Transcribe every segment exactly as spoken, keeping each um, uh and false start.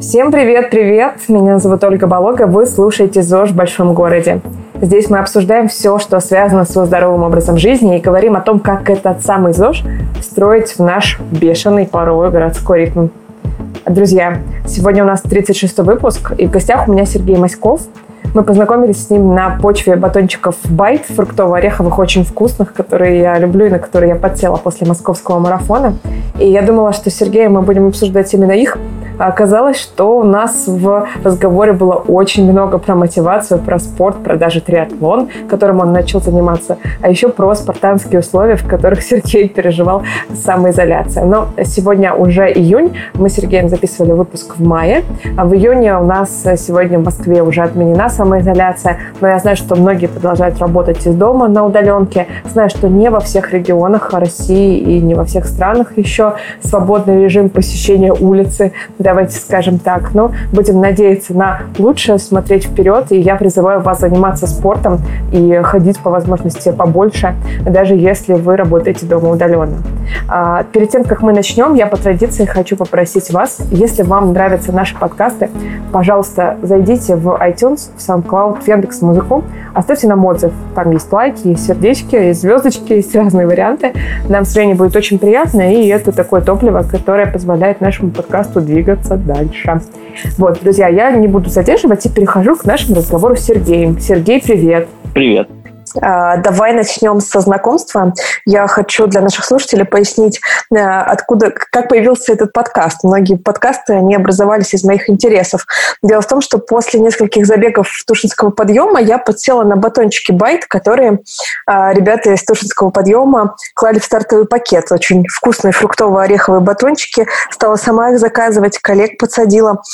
Всем привет-привет! Меня зовут Ольга Болога, вы слушаете ЗОЖ в большом городе. Здесь мы обсуждаем все, что связано со здоровым образом жизни и говорим о том, как этот самый ЗОЖ строить в наш бешеный порой городской ритм. Друзья, сегодня у нас тридцать шестой выпуск, и в гостях у меня Сергей Маськов. Мы познакомились с ним на почве батончиков Байт, фруктово-ореховых, очень вкусных, которые я люблю и на которые я подсела после московского марафона. И я думала, что с Сергеем мы будем обсуждать именно их. А оказалось, что у нас в разговоре было очень много про мотивацию, про спорт, про даже триатлон, которым он начал заниматься, а еще про спартанские условия, в которых Сергей переживал самоизоляцию. Но сегодня уже июнь, мы с Сергеем записывали выпуск в мае, а в июне у нас сегодня в Москве уже отменена самоизоляция, но я знаю, что многие продолжают работать из дома на удаленке, знаю, что не во всех регионах России и не во всех странах еще свободный режим посещения улицы, давайте скажем так. Но будем надеяться на лучшее, смотреть вперед. И я призываю вас заниматься спортом и ходить по возможности побольше, даже если вы работаете дома удаленно. А перед тем, как мы начнем, я по традиции хочу попросить вас, если вам нравятся наши подкасты, пожалуйста, зайдите в iTunes, в SoundCloud, в Яндекс.Музыку, оставьте нам отзыв. Там есть лайки, есть сердечки, есть звездочки, есть разные варианты. Нам с Леней будет очень приятно, и это такое топливо, которое позволяет нашему подкасту двигаться дальше. Вот, друзья, я не буду задерживать и перехожу к нашему разговору с Сергеем. Сергей, привет. Привет. Давай начнем со знакомства. Я хочу для наших слушателей пояснить, откуда, как появился этот подкаст. Многие подкасты, они образовались из моих интересов. Дело в том, что после нескольких забегов Тушинского подъема я подсела на батончики Байт, которые ребята из Тушинского подъема клали в стартовый пакет. Очень вкусные фруктово-ореховые батончики. Стала сама их заказывать, коллег подсадила.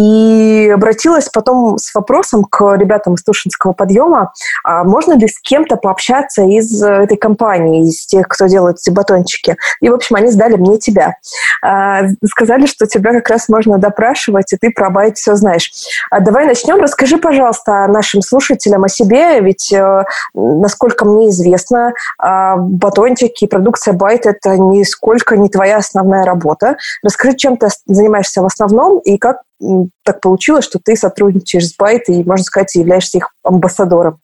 И обратилась потом с вопросом к ребятам из Тушинского подъема, а можно ли с кем-то пообщаться из этой компании, из тех, кто делает эти батончики. И, в общем, они сдали мне тебя. А, сказали, что тебя как раз можно допрашивать, и ты про Байт все знаешь. А давай начнем. Расскажи, пожалуйста, нашим слушателям о себе, ведь, э, насколько мне известно, э, батончики и продукция Байт – это нисколько не твоя основная работа. Расскажи, чем ты занимаешься в основном, и как так получилось, что ты сотрудничаешь с Байт и, можно сказать, являешься их амбассадором.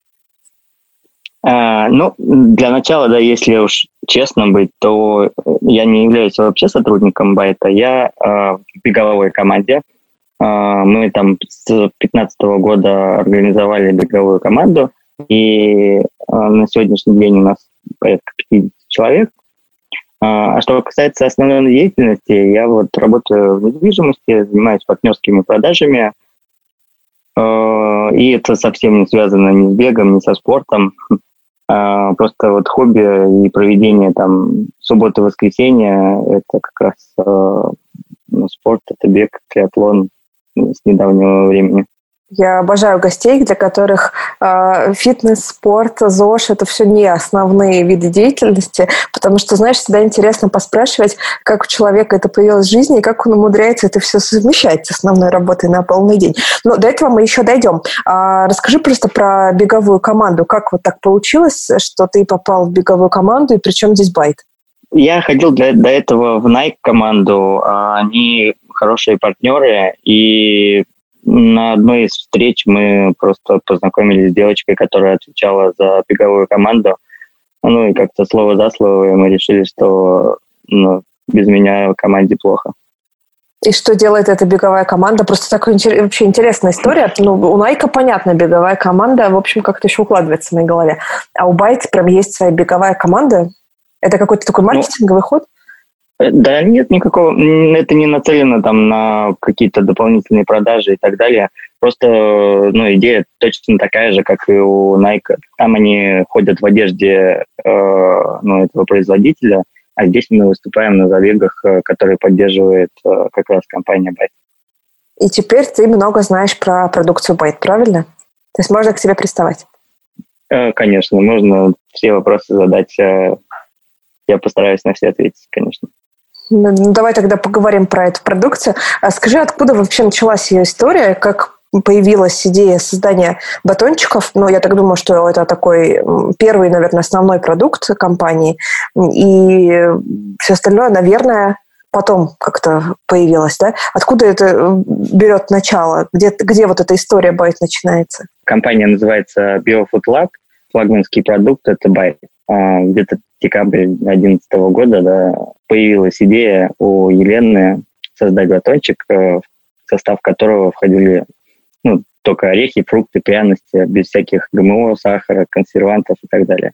А, ну, для начала, да, если уж честно быть, то я не являюсь вообще сотрудником Байта. Я а, в беговой команде. А, мы там с две тысячи пятнадцатого года организовали беговую команду, и а, на сегодняшний день у нас порядка пятьдесят человек. А, а что касается основной деятельности, я вот работаю в недвижимости, занимаюсь партнерскими продажами, а, и это совсем не связано ни с бегом, ни со спортом. А, просто вот хобби и проведение там субботы-воскресенья – это как раз а, ну, спорт, это бег, триатлон с недавнего времени. Я обожаю гостей, для которых э, фитнес, спорт, ЗОЖ – это все не основные виды деятельности, потому что, знаешь, всегда интересно поспрашивать, как у человека это появилось в жизни и как он умудряется это все совмещать с основной работой на полный день. Но до этого мы еще дойдем. А, расскажи просто про беговую команду. Как вот так получилось, что ты попал в беговую команду, и причем здесь Байт? Я ходил для, до этого в Nike команду, они хорошие партнеры, и на одной из встреч мы просто познакомились с девочкой, которая отвечала за беговую команду. Ну и как-то слово за слово, и мы решили, что ну, без меня в команде плохо. И что делает эта беговая команда? Просто такая интерес, вообще интересная история. Ну, у Найка, понятно, беговая команда, в общем, как-то еще укладывается на голове. А у Байт прям есть своя беговая команда? Это какой-то такой маркетинговый ну, ход? Да нет, никакого. Это не нацелено там на какие-то дополнительные продажи и так далее. Просто ну, идея точно такая же, как и у Nike. Там они ходят в одежде э, ну, этого производителя, а здесь мы выступаем на забегах, которые поддерживает э, как раз компания Байт. И теперь ты много знаешь про продукцию Байт, правильно? То есть можно к тебе приставать? Э, конечно, можно все вопросы задать. Э, я постараюсь на все ответить, конечно. Ну, давай тогда поговорим про эту продукцию. А скажи, откуда вообще началась ее история, как появилась идея создания батончиков? Ну, я так думаю, что это такой первый, наверное, основной продукт компании. И все остальное, наверное, потом как-то появилась, да? Откуда это берет начало? Где, где вот эта история Byte начинается? Компания называется BioFood Lab. Флагманский продукт – это Byte. Где-то в декабре две тысячи одиннадцатого года, да, появилась идея у Елены создать батончик, в состав которого входили ну, только орехи, фрукты, пряности, без всяких ГМО, сахара, консервантов и так далее,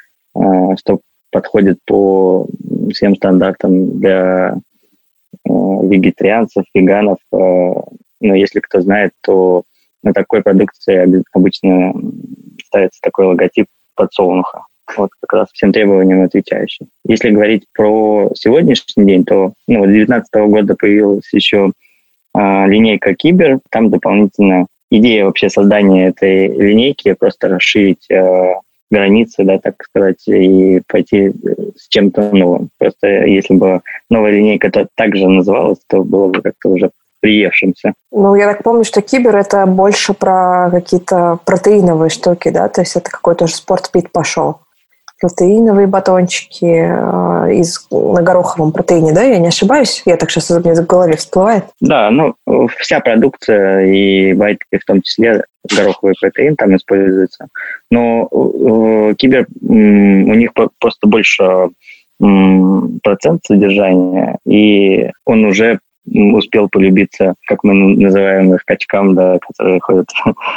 что подходит по всем стандартам для вегетарианцев, веганов. Но если кто знает, то на такой продукции обычно ставится такой логотип подсолнуха. Вот как раз всем требованиям отвечающий. Если говорить про сегодняшний день, то ну, с две тысячи девятнадцатого года появилась еще а, линейка Кибер. Там дополнительно идея вообще создания этой линейки просто расширить а, границы, да, так сказать, и пойти с чем-то новым. Просто если бы новая линейка также называлась, то было бы как-то уже приевшимся. Ну, я так помню, что Кибер – это больше про какие-то протеиновые штуки, да? То есть это какой-то уже спортпит пошел. Протеиновые батончики э, из, на гороховом протеине, да? Я не ошибаюсь? Я так сейчас у меня в голове всплывает. Да, ну, вся продукция, и Byte в том числе, гороховый протеин там используется. Но э, Кибер, э, у них просто больше э, процент содержания, и он уже успел полюбиться, как мы называем их, качкам, да, которые ходят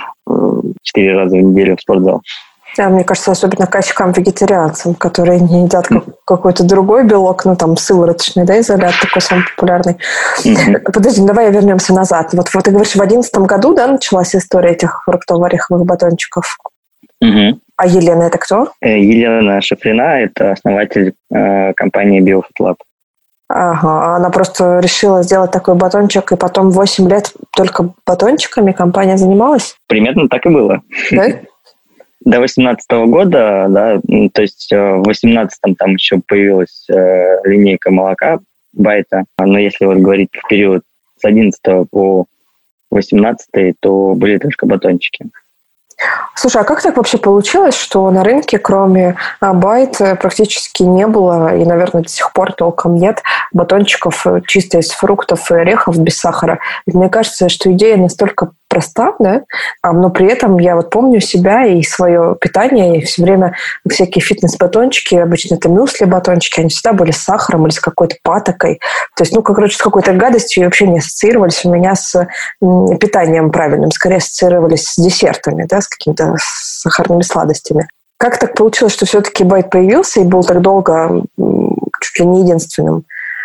четыре раза в неделю в спортзал. Да, мне кажется, особенно качкам-вегетарианцам, которые не едят как, какой-то другой белок, ну, там, сывороточный, да, изолят такой самый популярный. Mm-hmm. Подожди, давай вернемся назад. Вот, вот ты говоришь, в две тысячи одиннадцатом году, да, началась история этих фруктово-ореховых батончиков? Mm-hmm. А Елена это кто? Елена Шафрина – это основатель э, компании BioFood Lab. Ага, она просто решила сделать такой батончик, и потом восемь лет только батончиками компания занималась? Примерно так и было. Да? До восемнадцатого года, да, то есть в восемнадцатом там еще появилась э, линейка молока Байта, но если вот говорить в период с одиннадцатого по восемнадцатый, то были только батончики. Слушай, а как так вообще получилось, что на рынке, кроме Byte, практически не было, и, наверное, до сих пор толком нет батончиков чисто из фруктов и орехов без сахара? Ведь мне кажется, что идея настолько проста, да, но при этом я вот помню себя и свое питание, и все время всякие фитнес-батончики, обычно это мюсли-батончики, они всегда были с сахаром или с какой-то патокой. То есть, ну, короче, с какой-то гадостью вообще не ассоциировались у меня с питанием правильным, скорее ассоциировались с десертами, да, с какими-то сахарными сладостями. Как так получилось, что все-таки Byte появился и был так долго чуть ли не единственным?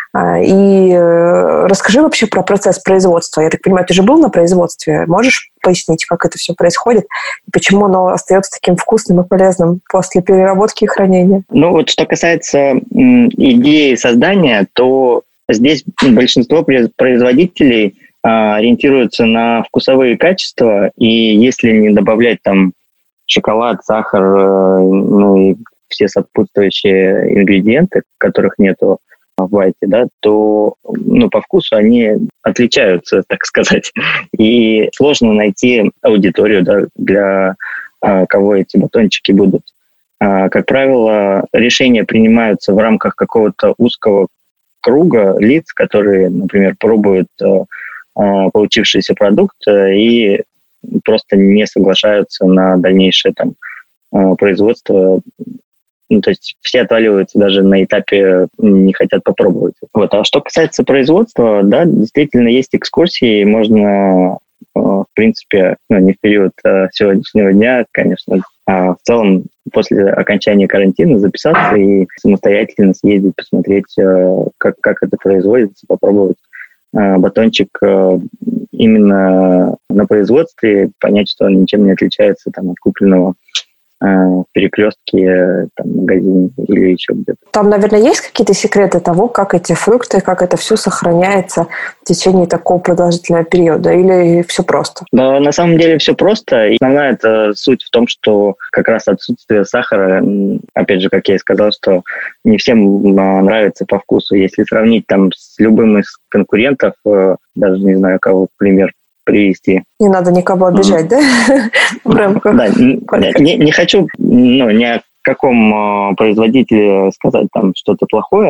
И расскажи вообще про процесс производства. Я так понимаю, ты же был на производстве. Можешь пояснить, как это все происходит? И почему оно остается таким вкусным и полезным после переработки и хранения? Ну вот что касается м, идеи создания, то здесь большинство производителей а, ориентируются на вкусовые качества. И если не добавлять там шоколад, сахар, ну и все сопутствующие ингредиенты, которых нету в Byte, да, то ну, по вкусу они отличаются, так сказать. И сложно найти аудиторию, да, для а, кого эти батончики будут. А, как правило, решения принимаются в рамках какого-то узкого круга лиц, которые, например, пробуют а, получившийся продукт и просто не соглашаются на дальнейшее там, а, производство. Ну, то есть все отваливаются даже на этапе, не хотят попробовать. Вот. А что касается производства, да, действительно есть экскурсии, можно, в принципе, ну, не в период сегодняшнего дня, конечно, а в целом после окончания карантина записаться и самостоятельно съездить, посмотреть, как, как это производится, попробовать батончик именно на производстве, понять, что он ничем не отличается там, от купленного в перекрестке, там, в магазине или еще где-то. Там, наверное, есть какие-то секреты того, как эти фрукты, как это все сохраняется в течение такого продолжительного периода, или все просто? Да, на самом деле все просто. И основная это суть в том, что как раз отсутствие сахара, опять же, как я и сказал, что не всем нравится по вкусу. Если сравнить там с любым из конкурентов, даже не знаю, кого пример привести. Не надо никого обижать, mm-hmm. да? В рамках. Да, не, не хочу ну, ни о каком производителе сказать там что-то плохое,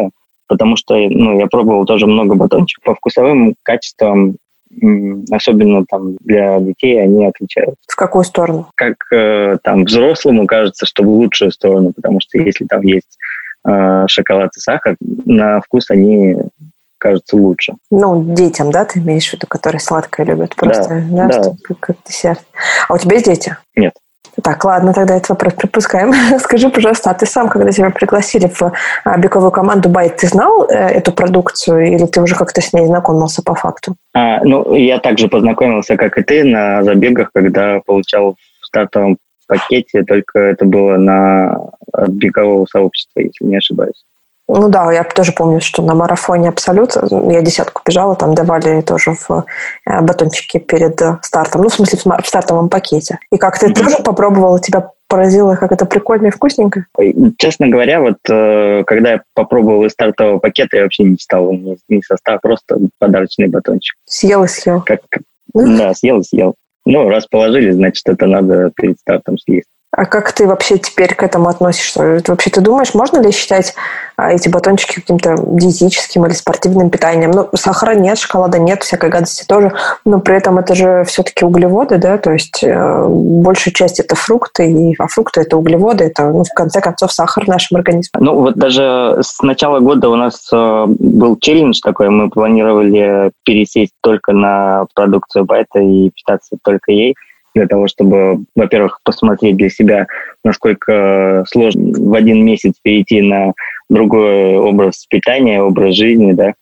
потому что ну, я пробовал тоже много батончиков. По вкусовым качествам, особенно там для детей, они отличаются. В какую сторону? Как э, там взрослому кажется, что в лучшую сторону, потому что если там есть э, шоколад и сахар, на вкус они кажутся лучше. Ну, детям, да, ты имеешь в виду, которые сладкое любят просто, да, да, да. Как, как десерт. А у тебя есть дети? Нет. Так, ладно, тогда этот вопрос пропускаем. Скажи, пожалуйста, а ты сам, когда тебя пригласили в беговую команду Байт, ты знал э, эту продукцию или ты уже как-то с ней знакомился по факту? А, ну, я также познакомился, как и ты, на забегах, когда получал в стартовом пакете, только это было на от бегового сообщества, если не ошибаюсь. Ну да, я тоже помню, что на марафоне «Абсолют» я десятку бежала, там давали тоже в батончики перед стартом, ну, в смысле, в стартовом пакете. И как ты mm-hmm. тоже попробовала, тебя поразило, как это прикольно и вкусненько? Честно говоря, вот когда я попробовал из стартового пакета, я вообще не читал ни, ни состав, просто подарочный батончик. Съел и съел. Как, да, съел и съел. Ну, раз положили, значит, это надо перед стартом съесть. А как ты вообще теперь к этому относишься? Вообще ты думаешь, можно ли считать эти батончики каким-то диетическим или спортивным питанием? Ну, сахара нет, шоколада нет, всякой гадости тоже, но при этом это же все-таки углеводы, да, то есть э, большая часть это фрукты, и, а фрукты это углеводы, это, ну, в конце концов, сахар в нашем организме. Ну, вот даже с начала года у нас э, был челлендж такой, мы планировали пересесть только на продукцию Байта и питаться только ей, для того, чтобы, во-первых, посмотреть для себя, насколько сложно в один месяц перейти на другой образ питания, образ жизни, да,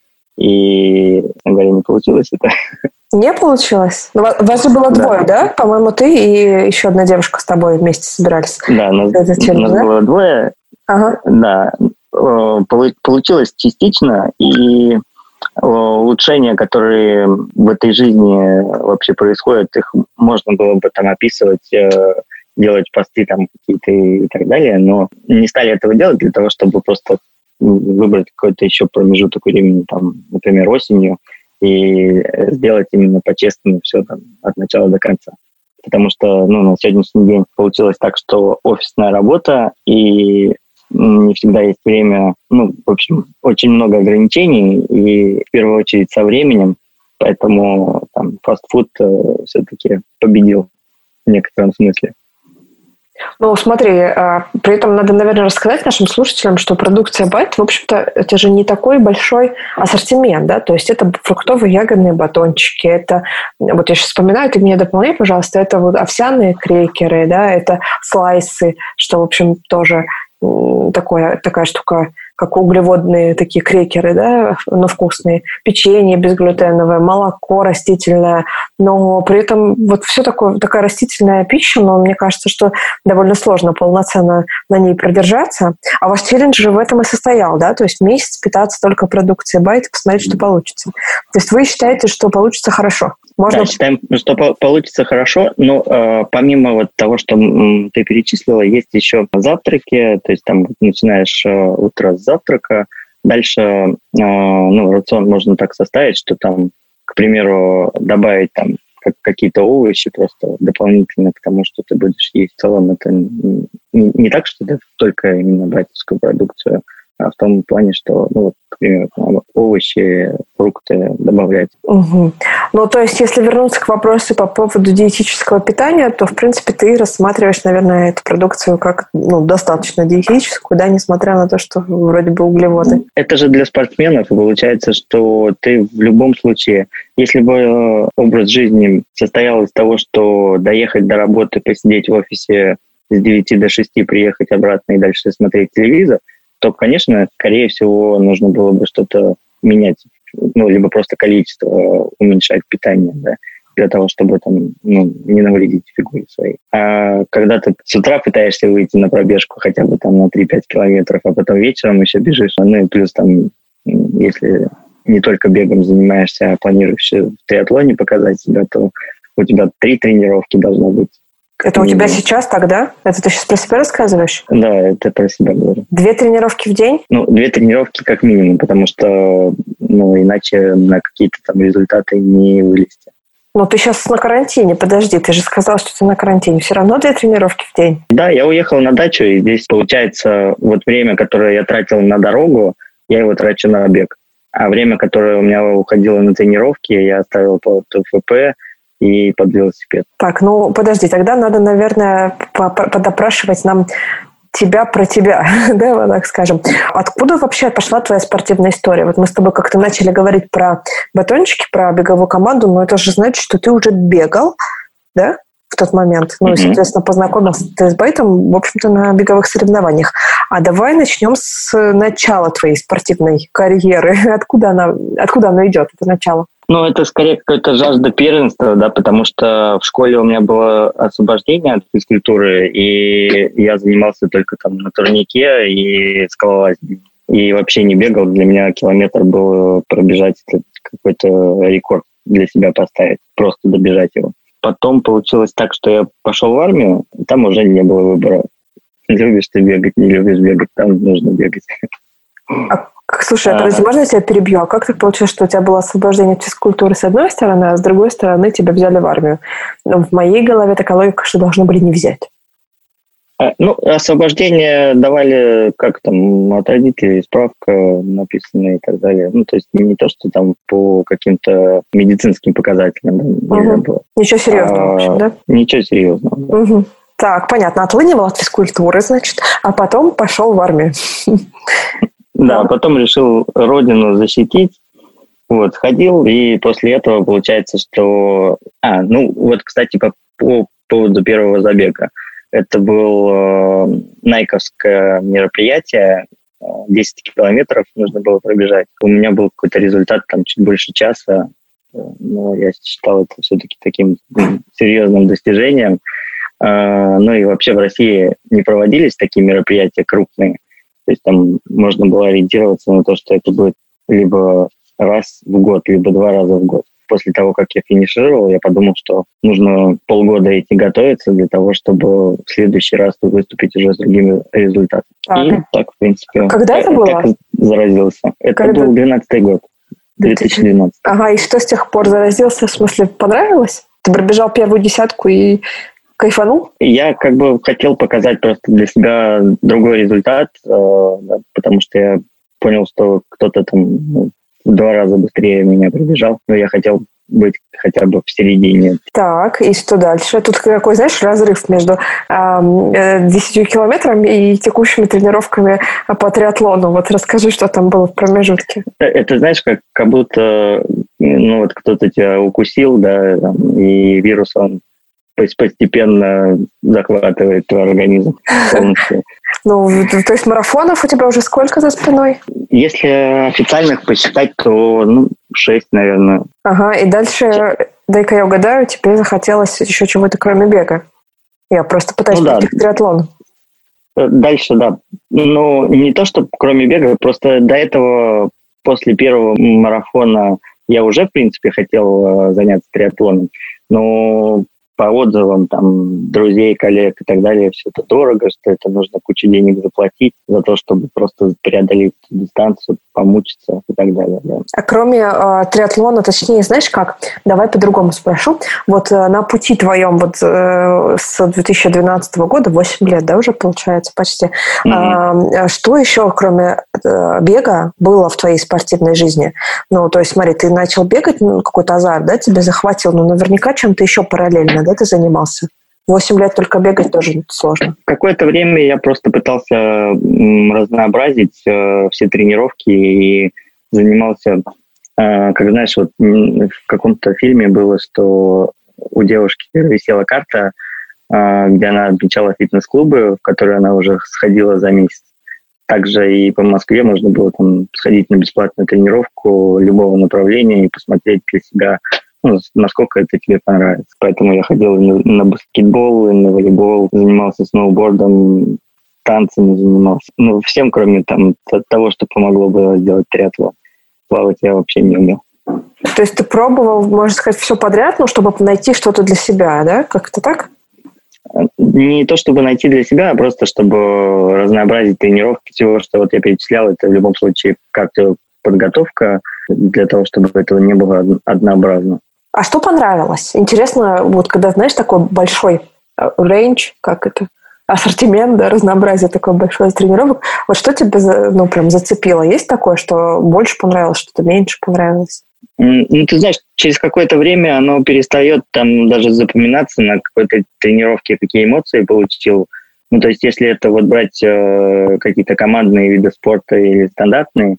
и, говоря, не получилось это. Не получилось? Вас же было да. двое, да? По-моему, ты и еще одна девушка с тобой вместе собирались. Да, нас, челлендж, нас да? было двое. Ага. Да, получилось частично, и улучшения, которые в этой жизни вообще происходят, их можно было бы там описывать, делать посты там какие-то и так далее, но не стали этого делать для того, чтобы просто выбрать какой-то еще промежуток времени, там, например, осенью, и сделать именно по-честному все там от начала до конца. Потому что ну, на сегодняшний день получилось так, что офисная работа и не всегда есть время, ну, в общем, очень много ограничений, и в первую очередь со временем, поэтому там фастфуд э, все-таки победил в некотором смысле. Ну, смотри, при этом надо, наверное, рассказать нашим слушателям, что продукция Байт, в общем-то, это же не такой большой ассортимент, да, то есть это фруктовые ягодные батончики, это, вот я сейчас вспоминаю, ты меня дополняй, пожалуйста, это вот овсяные крекеры, да, это слайсы, что, в общем, тоже такое, такая штука, как углеводные такие крекеры, да, но вкусные, печенье безглютеновое, молоко растительное, но при этом вот все такое, такая растительная пища, но мне кажется, что довольно сложно полноценно на ней продержаться. А ваш челлендж же в этом и состоял, да, то есть месяц питаться только продукцией Байт и посмотреть, что получится. То есть вы считаете, что получится хорошо? Можно... Да, считаем, что по- получится хорошо, но э, помимо вот того, что м, ты перечислила, есть еще завтраки, то есть там начинаешь э, утро с завтрака, дальше э, ну, рацион можно так составить, что там, к примеру, добавить там как, какие-то овощи просто дополнительно к тому, что ты будешь есть. В целом это не, не так, что ты только именно байтовскую продукцию, а в том плане, что, ну, вот, к примеру, овощи, фрукты добавлять. Угу. Ну, то есть, если вернуться к вопросу по поводу диетического питания, то, в принципе, ты рассматриваешь, наверное, эту продукцию как ну, достаточно диетическую, да, несмотря на то, что вроде бы углеводы. Это же для спортсменов, и получается, что ты в любом случае, если бы образ жизни состоял из того, что доехать до работы, посидеть в офисе с девяти до шести, приехать обратно и дальше смотреть телевизор, то, конечно, скорее всего, нужно было бы что-то менять, ну, либо просто количество уменьшать питание, да, для того, чтобы там, ну, не навредить фигуре своей. А когда ты с утра пытаешься выйти на пробежку хотя бы там на три-пять километров, а потом вечером еще бежишь, ну и плюс там, если не только бегом занимаешься, а планируешь в триатлоне показать себя, то у тебя три тренировки должно быть. Это у тебя сейчас тогда? Это ты сейчас про себя рассказываешь? Да, это про себя говорю. Две тренировки в день? Ну, две тренировки как минимум, потому что, ну, иначе на какие-то там результаты не вылезти. Ну, ты сейчас на карантине, подожди, ты же сказал, что ты на карантине. Все равно две тренировки в день? Да, я уехал на дачу, и здесь, получается, вот время, которое я тратил на дорогу, я его трачу на бег. А время, которое у меня уходило на тренировки, я оставил под ТФП и под велосипед. Так, ну подожди, тогда надо, наверное, подопрашивать нам тебя про тебя, да, вот так скажем. Откуда вообще пошла твоя спортивная история? Вот мы с тобой как-то начали говорить про батончики, про беговую команду, но это же значит, что ты уже бегал, да, в тот момент. Ну, и, соответственно, познакомился ты с бейтом, в общем-то, на беговых соревнованиях. А давай начнем с начала твоей спортивной карьеры. Откуда она, откуда она идет, это начало? Ну, это скорее какая-то жажда первенства, да, потому что в школе у меня было освобождение от физкультуры, и я занимался только там на турнике и скалолазанием. И вообще не бегал. Для меня километр был пробежать, какой-то рекорд для себя поставить, просто добежать его. Потом получилось так, что я пошел в армию, там уже не было выбора. Любишь ты бегать, не любишь бегать, там нужно бегать. А, слушай, а, подожди, можно я тебя перебью? А как так получилось, что у тебя было освобождение от физкультуры с одной стороны, а с другой стороны тебя взяли в армию? Ну, в моей голове такая логика, что должны были не взять. А, ну, освобождение давали, как там, от родителей, справка написанная и так далее. Ну, то есть не то, что там по каким-то медицинским показателям. Да, угу. было. Ничего серьезного, а, в общем, да? Ничего серьезного. Да. Угу. Так, понятно. Отлынивал от физкультуры, значит, а потом пошел в армию. Да, потом решил родину защитить. Вот, ходил, и после этого получается, что... А, ну, вот, кстати, по, по поводу первого забега. Это было э, найковское мероприятие, десять километров нужно было пробежать. У меня был какой-то результат, там, чуть больше часа, но я считал это все-таки таким серьезным достижением. Э, ну и вообще в России не проводились такие мероприятия крупные. То есть там можно было ориентироваться на то, что это будет либо раз в год, либо два раза в год. После того, как я финишировал, я подумал, что нужно полгода идти готовиться для того, чтобы в следующий раз выступить уже с другими результатами. Так. И так, в принципе, когда это было? Так заразился. Это когда? Был двенадцатый год, две тысячи двенадцатый. Ага, и что с тех пор заразился? В смысле, понравилось? Ты пробежал первую десятку и кайфанул? Я как бы хотел показать просто для себя другой результат, э, да, потому что я понял, что кто-то там ну, в два раза быстрее меня пробежал, но я хотел быть хотя бы в середине. Так, и что дальше? Тут какой, знаешь, разрыв между э, десятью километрами и текущими тренировками по триатлону. Вот расскажи, что там было в промежутке. Это, это знаешь, как, как будто ну, вот кто-то тебя укусил, да, там, и вирус, он постепенно захватывает твой организм полностью. Ну, то есть марафонов у тебя уже сколько за спиной? Если официальных посчитать, то ну, шесть, наверное. Ага, и дальше, дай-ка я угадаю, тебе захотелось еще чего-то кроме бега. Я просто пытаюсь ну, прийти да. к триатлону. Дальше, да. Ну, не то, что кроме бега, просто до этого, после первого марафона, я уже, в принципе, хотел заняться триатлоном, но по отзывам там друзей, коллег и так далее, все это дорого, что это нужно кучу денег заплатить за то, чтобы просто преодолеть дистанцию, помучиться и так далее. Да. А кроме э, триатлона, точнее, знаешь как? Давай по-другому спрошу. Вот э, на пути твоем вот э, с две тысячи двенадцатого года, восемь лет, да, уже получается почти, mm-hmm. э, что еще, кроме э, бега, было в твоей спортивной жизни? Ну, то есть, смотри, ты начал бегать, ну, какой-то азарт, да, тебя захватил, но наверняка чем-то еще параллельно, да, ты занимался? Восемь лет только бегать тоже сложно. Какое-то время я просто пытался разнообразить э, все тренировки и занимался, э, как знаешь, вот в каком-то фильме было, что у девушки висела карта, э, где она отмечала фитнес-клубы, в которые она уже сходила за месяц. Также и по Москве можно было там сходить на бесплатную тренировку любого направления и посмотреть для себя, ну, насколько это тебе понравится. Поэтому я ходил на, на баскетбол, и на волейбол, занимался сноубордом, танцами занимался. Ну, всем, кроме там, того, что помогло бы сделать триатлон. Плавать я вообще не умел. То есть ты пробовал, можно сказать, все подряд, ну, чтобы найти что-то для себя, да? Как-то так? Не то, чтобы найти для себя, а просто, чтобы разнообразить тренировки. Всего, что вот я перечислял, это в любом случае как-то подготовка для того, чтобы этого не было однообразно. А что понравилось? Интересно, вот когда, знаешь, такой большой рейндж, как это, ассортимент, да, разнообразие такое большое тренировок. Вот что тебя, ну, прям зацепило? Есть такое, что больше понравилось, что-то меньше понравилось? Ну, ты знаешь, через какое-то время оно перестает там даже запоминаться на какой-то тренировке, какие эмоции получил. Ну, то есть, если это вот брать э, какие-то командные виды спорта или стандартные,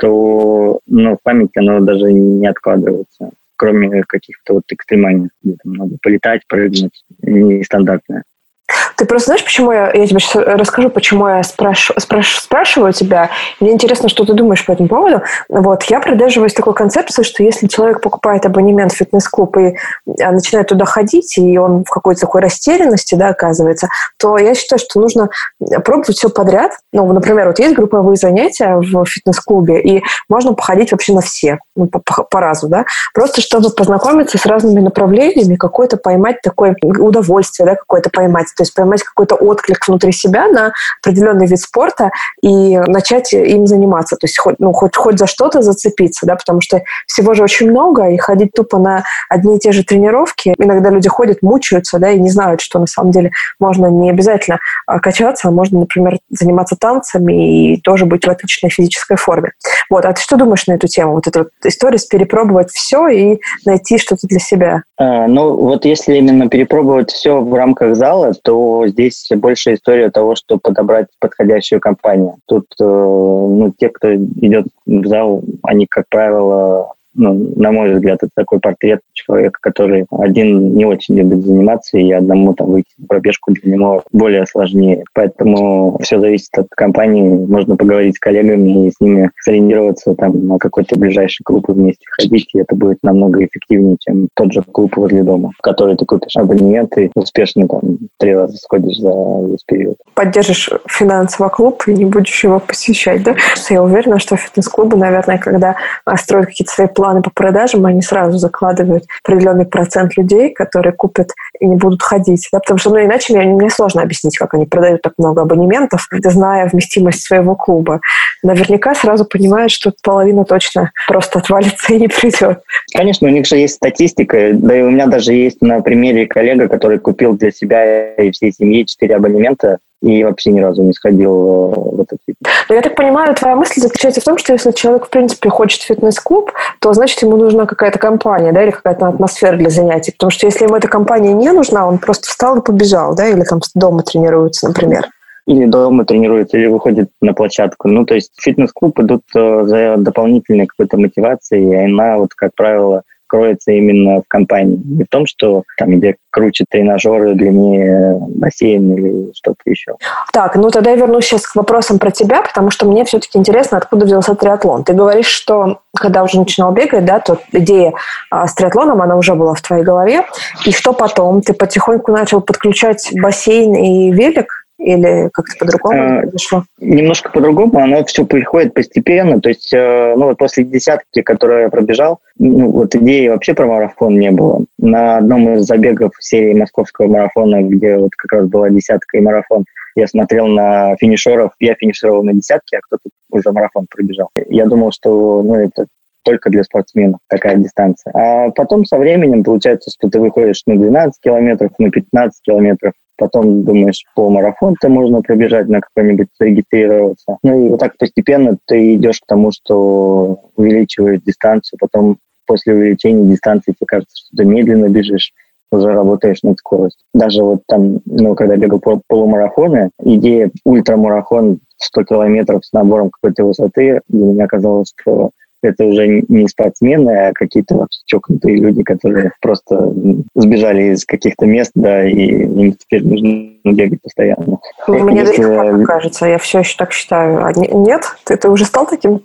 то ну, в памяти оно даже не откладывается, кроме каких-то вот экстремальных, где там надо полетать, прыгнуть, нестандартное. Ты просто знаешь, почему я, я тебе сейчас расскажу, почему я спраш, спраш, спрашиваю тебя. Мне интересно, что ты думаешь по этому поводу. Вот, я придерживаюсь такой концепции, что если человек покупает абонемент в фитнес-клуб и начинает туда ходить, и он в какой-то такой растерянности, да, оказывается, то я считаю, что нужно пробовать все подряд. Ну, например, вот есть групповые занятия в фитнес-клубе, и можно походить вообще на все, ну, по, по, по разу, да, просто чтобы познакомиться с разными направлениями, какое-то поймать такое удовольствие, да, какое-то поймать, то есть поймать какой-то отклик внутри себя на определенный вид спорта и начать им заниматься. То есть хоть, ну, хоть, хоть за что-то зацепиться, да, потому что всего же очень много, и ходить тупо на одни и те же тренировки. Иногда люди ходят, мучаются, да, и не знают, что на самом деле можно не обязательно качаться, а можно, например, заниматься танцами и тоже быть в отличной физической форме. Вот. А ты что думаешь на эту тему? Вот эта вот история с перепробовать все и найти что-то для себя. А, ну, вот если именно перепробовать все в рамках зала, то здесь больше история того, что подобрать подходящую компанию. Тут э, ну, те, кто идет в зал, они, как правило, ну, на мой взгляд, это такой портрет человека, который один не очень любит заниматься, и одному там выйти в пробежку для него более сложнее. Поэтому все зависит от компании. Можно поговорить с коллегами и с ними сориентироваться там, на какой-то ближайший клуб и вместе ходить, и это будет намного эффективнее, чем тот же клуб возле дома, в который ты купишь абонемент и успешно там три раза сходишь за весь период. Поддержишь финансово клуб и не будешь его посещать, да? Я уверена, что фитнес-клубы, наверное, когда строят какие-то свои планы по продажам, они сразу закладывают определенный процент людей, которые купят и не будут ходить. Да? Потому что, ну, иначе мне, мне сложно объяснить, как они продают так много абонементов, зная вместимость своего клуба. Наверняка сразу понимают, что половина точно просто отвалится и не придет. Конечно, у них же есть статистика, да и у меня даже есть на примере коллега, который купил для себя и всей семьи четыре абонемента, и вообще ни разу не сходил в этот фитнес. Но я так понимаю, твоя мысль заключается в том, что если человек, в принципе, хочет фитнес-клуб, то, значит, ему нужна какая-то компания, да, или какая-то атмосфера для занятий. Потому что если ему эта компания не нужна, он просто встал и побежал, да, или там дома тренируется, например. Или дома тренируется, или выходит на площадку. Ну, то есть в фитнес-клуб идут за дополнительной какой-то мотивацией, и она, вот, как правило, кроется именно в компании. Не в том, что там где круче тренажеры, длиннее бассейн или что-то еще. Так, ну тогда я вернусь сейчас к вопросам про тебя, потому что мне все-таки интересно, откуда взялся триатлон. Ты говоришь, что когда уже начинал бегать, да, то идея а, с триатлоном, она уже была в твоей голове. И что потом? Ты потихоньку начал подключать бассейн и велик? Или как-то по-другому произошло? Немножко по-другому, оно все приходит постепенно. То есть, ну вот после десятки, которую я пробежал, ну, вот идеи вообще про марафон не было. На одном из забегов серии московского марафона, где вот как раз была десятка и марафон, я смотрел на финишеров, я финишировал на десятке, а кто-то уже марафон пробежал. Я думал, что ну, это только для спортсменов такая дистанция. А потом со временем получается, что ты выходишь на двенадцать километров, на пятнадцать километров, потом думаешь, полмарафон-то можно пробежать, на какой-нибудь зарегистрироваться. Ну и вот так постепенно ты идешь к тому, что увеличиваешь дистанцию, потом после увеличения дистанции тебе кажется, что ты медленно бежишь, уже работаешь над скоростью. Даже вот там, ну, когда бегал полумарафоны, идея ультрамарафон сто километров с набором какой-то высоты, для меня казалось, что это уже не спортсмены, а какие-то вообще чокнутые люди, которые просто сбежали из каких-то мест, да, и им теперь нужно бегать постоянно. Мне Если... до сих пор так кажется, я все еще так считаю. А нет? Ты, ты уже стал таким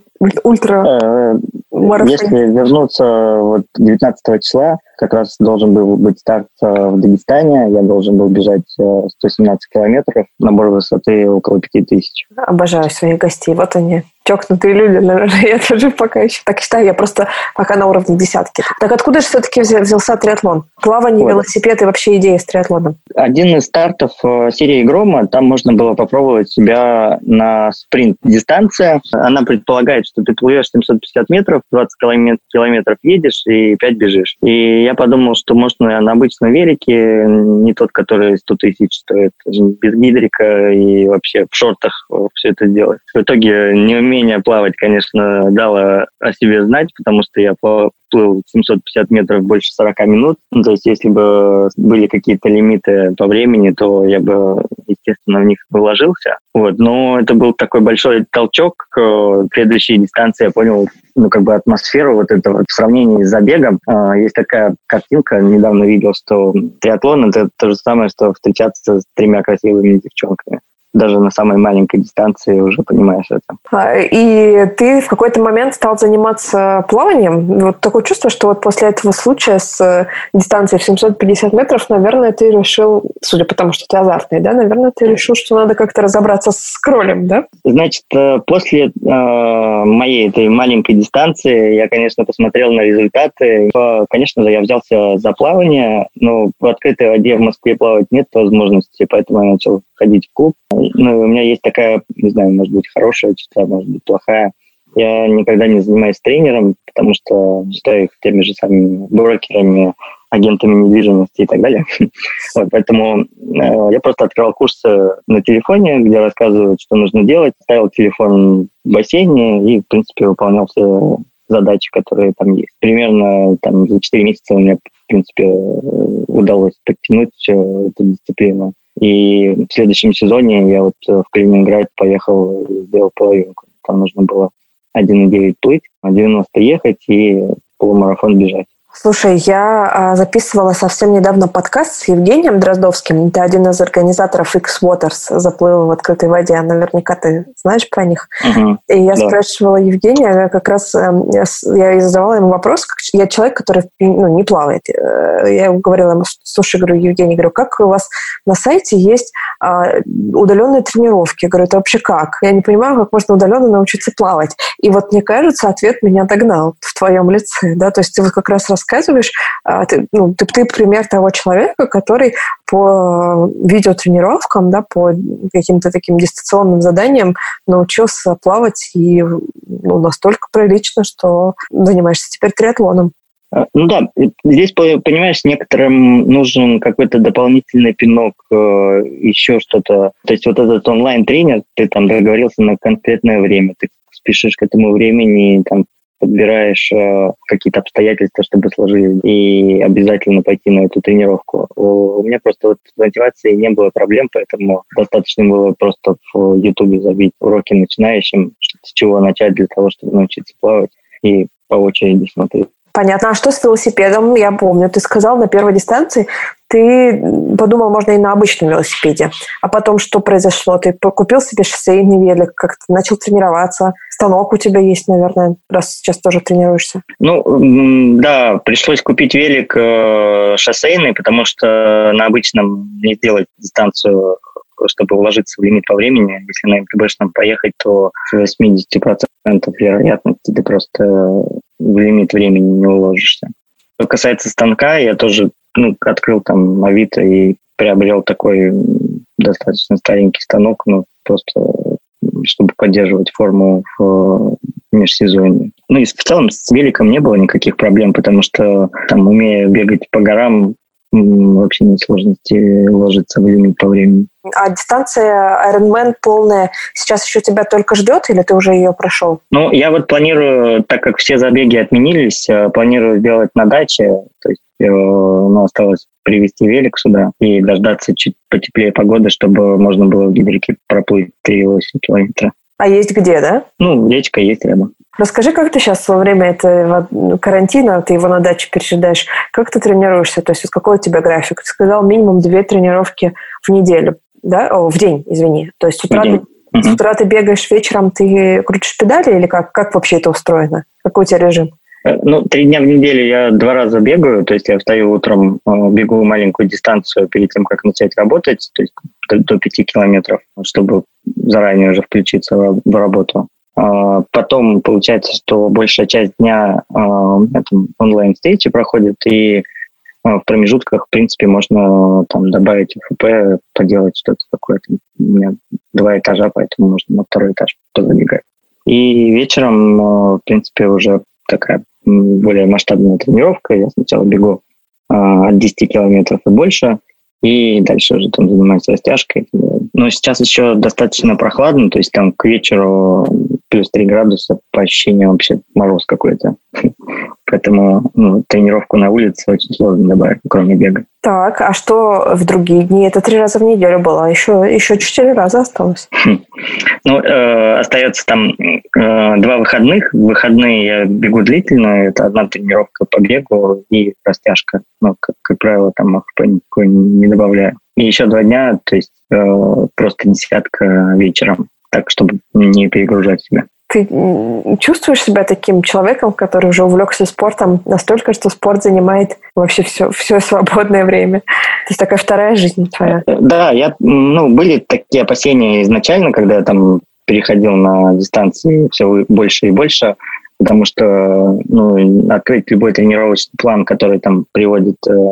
ультра марафон? Если вернуться вот девятнадцатого числа, как раз должен был быть старт в Дагестане, я должен был бежать сто семнадцать километров, набор высоты около пять тысяч. Обожаю своих гостей, вот они. Чокнутые люди, наверное, я тоже пока еще так считаю, я просто пока на уровне десятки. Так откуда же все-таки взялся триатлон? Плавание, вот. Велосипед и вообще идея с триатлоном? Один из стартов серии «Грома», там можно было попробовать себя на спринт-дистанция. Она предполагает, что ты плывешь семьсот пятьдесят метров, двадцать километров едешь и пять бежишь. И я подумал, что можно на обычном велике, не тот, который сто тысяч стоит, без гидрика и вообще в шортах все это сделать. В итоге неумение плавать, конечно, дало о себе знать, потому что я плыл семьсот пятьдесят метров больше сорок минут. Ну, то есть если бы были какие-то лимиты по времени, то я бы, естественно, в них вложился. Вот. Но это был такой большой толчок. К следующей дистанции я понял, ну, как бы атмосферу вот этого в сравнении с забегом. Есть такая картинка, недавно видел, что триатлон — это то же самое, что встречаться с тремя красивыми девчонками. Даже на самой маленькой дистанции уже понимаешь это. И ты в какой-то момент стал заниматься плаванием. Вот такое чувство, что вот после этого случая с дистанцией в семьсот пятьдесят метров, наверное, ты решил, судя по тому, что ты азартный, да, наверное, ты решил, что надо как-то разобраться с кролем, да? Значит, после э, моей этой маленькой дистанции я, конечно, посмотрел на результаты. Конечно же, я взялся за плавание, но в открытой воде в Москве плавать нет возможности, поэтому я начал ходить в клуб. Ну, у меня есть такая, не знаю, может быть, хорошая черта, может быть, плохая. Я никогда не занимаюсь тренером, потому что считаю их теми же самыми брокерами, агентами недвижимости и так далее. Вот, поэтому э, я просто открывал курсы на телефоне, где рассказывают, что нужно делать, ставил телефон в бассейне и, в принципе, выполнял все задачи, которые там есть. Примерно там, за четыре месяца у меня, в принципе, удалось подтянуть эту дисциплину. И в следующем сезоне я вот в Калининград поехал и сделал половинку. Там нужно было один и девять плыть, девяносто ехать и полумарафон бежать. Слушай, я записывала совсем недавно подкаст с Евгением Дроздовским. Это один из организаторов X-Waters, заплыва в открытой воде. Наверняка ты знаешь про них. Uh-huh. И я да. спрашивала Евгения, как раз я, я задавала ему вопрос, как, я человек, который ну, не плавает. Я ему говорила, ему, слушай, говорю, Евгений, говорю, как у вас на сайте есть а, удаленные тренировки? Я говорю, это вообще как? Я не понимаю, как можно удаленно научиться плавать. И вот мне кажется, ответ меня догнал в твоем лице. Да? То есть ты вот как раз рассказываешь, ты, ну, ты, ты пример того человека, который по видеотренировкам, да, по каким-то таким дистанционным заданиям научился плавать и ну, настолько прилично, что занимаешься теперь триатлоном. Ну да, здесь, понимаешь, некоторым нужен какой-то дополнительный пинок, еще что-то. То есть вот этот онлайн-тренер, ты там договорился на конкретное время, ты спешишь к этому времени, там, подбираешь э, какие-то обстоятельства, чтобы сложились, и обязательно пойти на эту тренировку. У меня просто вот с мотивацией не было проблем, поэтому достаточно было просто в Ютубе забить уроки начинающим, с чего начать для того, чтобы научиться плавать, и по очереди смотреть. Понятно. А что с велосипедом? Я помню, ты сказал на первой дистанции, ты подумал, можно и на обычном велосипеде. А потом что произошло? Ты купил себе шоссейный велик, как-то начал тренироваться. Станок у тебя есть, наверное, раз сейчас тоже тренируешься. Ну, да, пришлось купить велик шоссейный, потому что на обычном не сделать дистанцию, чтобы уложиться в лимит по времени. Если на эм тэ бэ-шном поехать, то с восемьдесят процентов вероятности ты просто в лимит времени не уложишься. Что касается станка, я тоже ну, открыл там Авито и приобрел такой достаточно старенький станок, ну, просто чтобы поддерживать форму в межсезонье. Ну и в целом с великом не было никаких проблем, потому что там, умея бегать по горам, вообще нет сложности уложиться в лимит по времени. А дистанция Ironman полная сейчас еще тебя только ждет, или ты уже ее прошел? Ну, я вот планирую, так как все забеги отменились, планирую сделать на даче, то есть ну, осталось привезти велик сюда и дождаться чуть потеплее погоды, чтобы можно было в гидрике проплыть три восемь километра. А есть где, да? Ну, речка есть рядом. Расскажи, как ты сейчас во время этого карантина, ты его на даче пережидаешь, как ты тренируешься? То есть вот какой у тебя график? Ты сказал минимум две тренировки в неделю, да? О, в день, извини. То есть с утра, ты, угу. с утра ты бегаешь, вечером ты крутишь педали или как? Как вообще это устроено? Какой у тебя режим? Ну, три дня в неделю я два раза бегаю, то есть я встаю утром, бегу маленькую дистанцию перед тем, как начать работать, то есть до, до пяти километров, чтобы заранее уже включиться в, в работу. Потом получается, что большая часть дня у меня там онлайн-встречи проходит, и в промежутках, в принципе, можно там добавить эф пэ, поделать что-то такое. У меня два этажа, поэтому можно на второй этаж позабегать. И вечером, в принципе, уже такая более масштабная тренировка. Я сначала бегу от десяти километров и больше, и дальше уже там занимаюсь растяжкой. Но сейчас еще достаточно прохладно, то есть там к вечеру плюс три градуса, по ощущениям вообще мороз какой-то. Поэтому ну, тренировку на улице очень сложно добавить, кроме бега. Так, а что в другие дни? Это три раза в неделю было, еще, еще четыре раза осталось. Ну, э, остается там э, два выходных. В выходные я бегу длительно, это одна тренировка по бегу и растяжка. Ну, как, как правило, там АФП никакой не добавляю. И еще два дня, то есть э, просто десятка вечером, так, чтобы не перегружать себя. Ты чувствуешь себя таким человеком, который уже увлекся спортом настолько, что спорт занимает вообще все, все свободное время? То есть такая вторая жизнь твоя? Да, я, ну, были такие опасения изначально, когда я там переходил на дистанции все больше и больше, потому что ну, открыть любой тренировочный план, который там приводит э,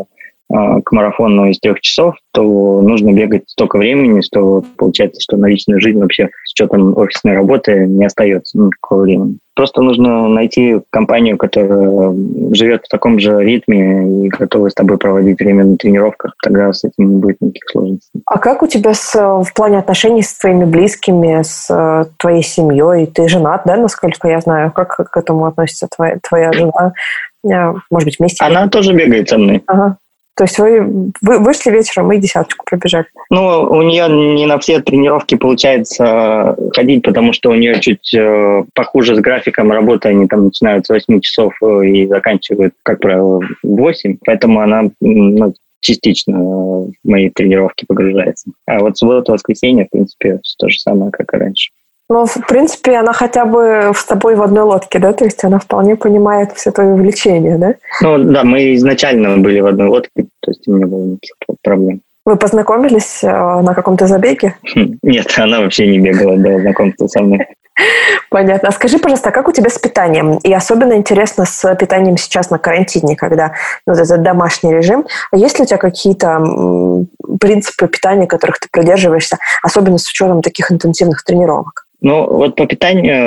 к марафону из трех часов, то нужно бегать столько времени, что получается, что на личную жизнь вообще с учетом офисной работы не остается никакого времени. Просто нужно найти компанию, которая живет в таком же ритме и готова с тобой проводить время на тренировках, тогда с этим не будет никаких сложностей. А как у тебя с, в плане отношений с твоими близкими, с твоей семьей? Ты женат, да, насколько я знаю? Как к этому относится твоя, твоя жена? Может быть, вместе? Она тоже бегает со мной. Ага. То есть вы, вы вышли вечером и десяточку пробежали? Ну, у нее не на все тренировки получается ходить, потому что у нее чуть э, похуже с графиком работы. Они там начинают с восьми часов и заканчивают, как правило, в восемь. Поэтому она ну, частично в мои тренировки погружается. А вот суббота, воскресенье, в принципе, то же самое, как и раньше. Ну, в принципе, она хотя бы с тобой в одной лодке, да? То есть она вполне понимает все твои увлечения, да? Ну, да, мы изначально были в одной лодке, то есть у меня было никаких проблем. Вы познакомились э, на каком-то забеге? Нет, она вообще не бегала до знакомства со мной. Понятно. А скажи, пожалуйста, как у тебя с питанием? И особенно интересно с питанием сейчас на карантине, когда ну, этот домашний режим. А есть ли у тебя какие-то м, принципы питания, которых ты придерживаешься, особенно с учетом таких интенсивных тренировок? Ну, вот по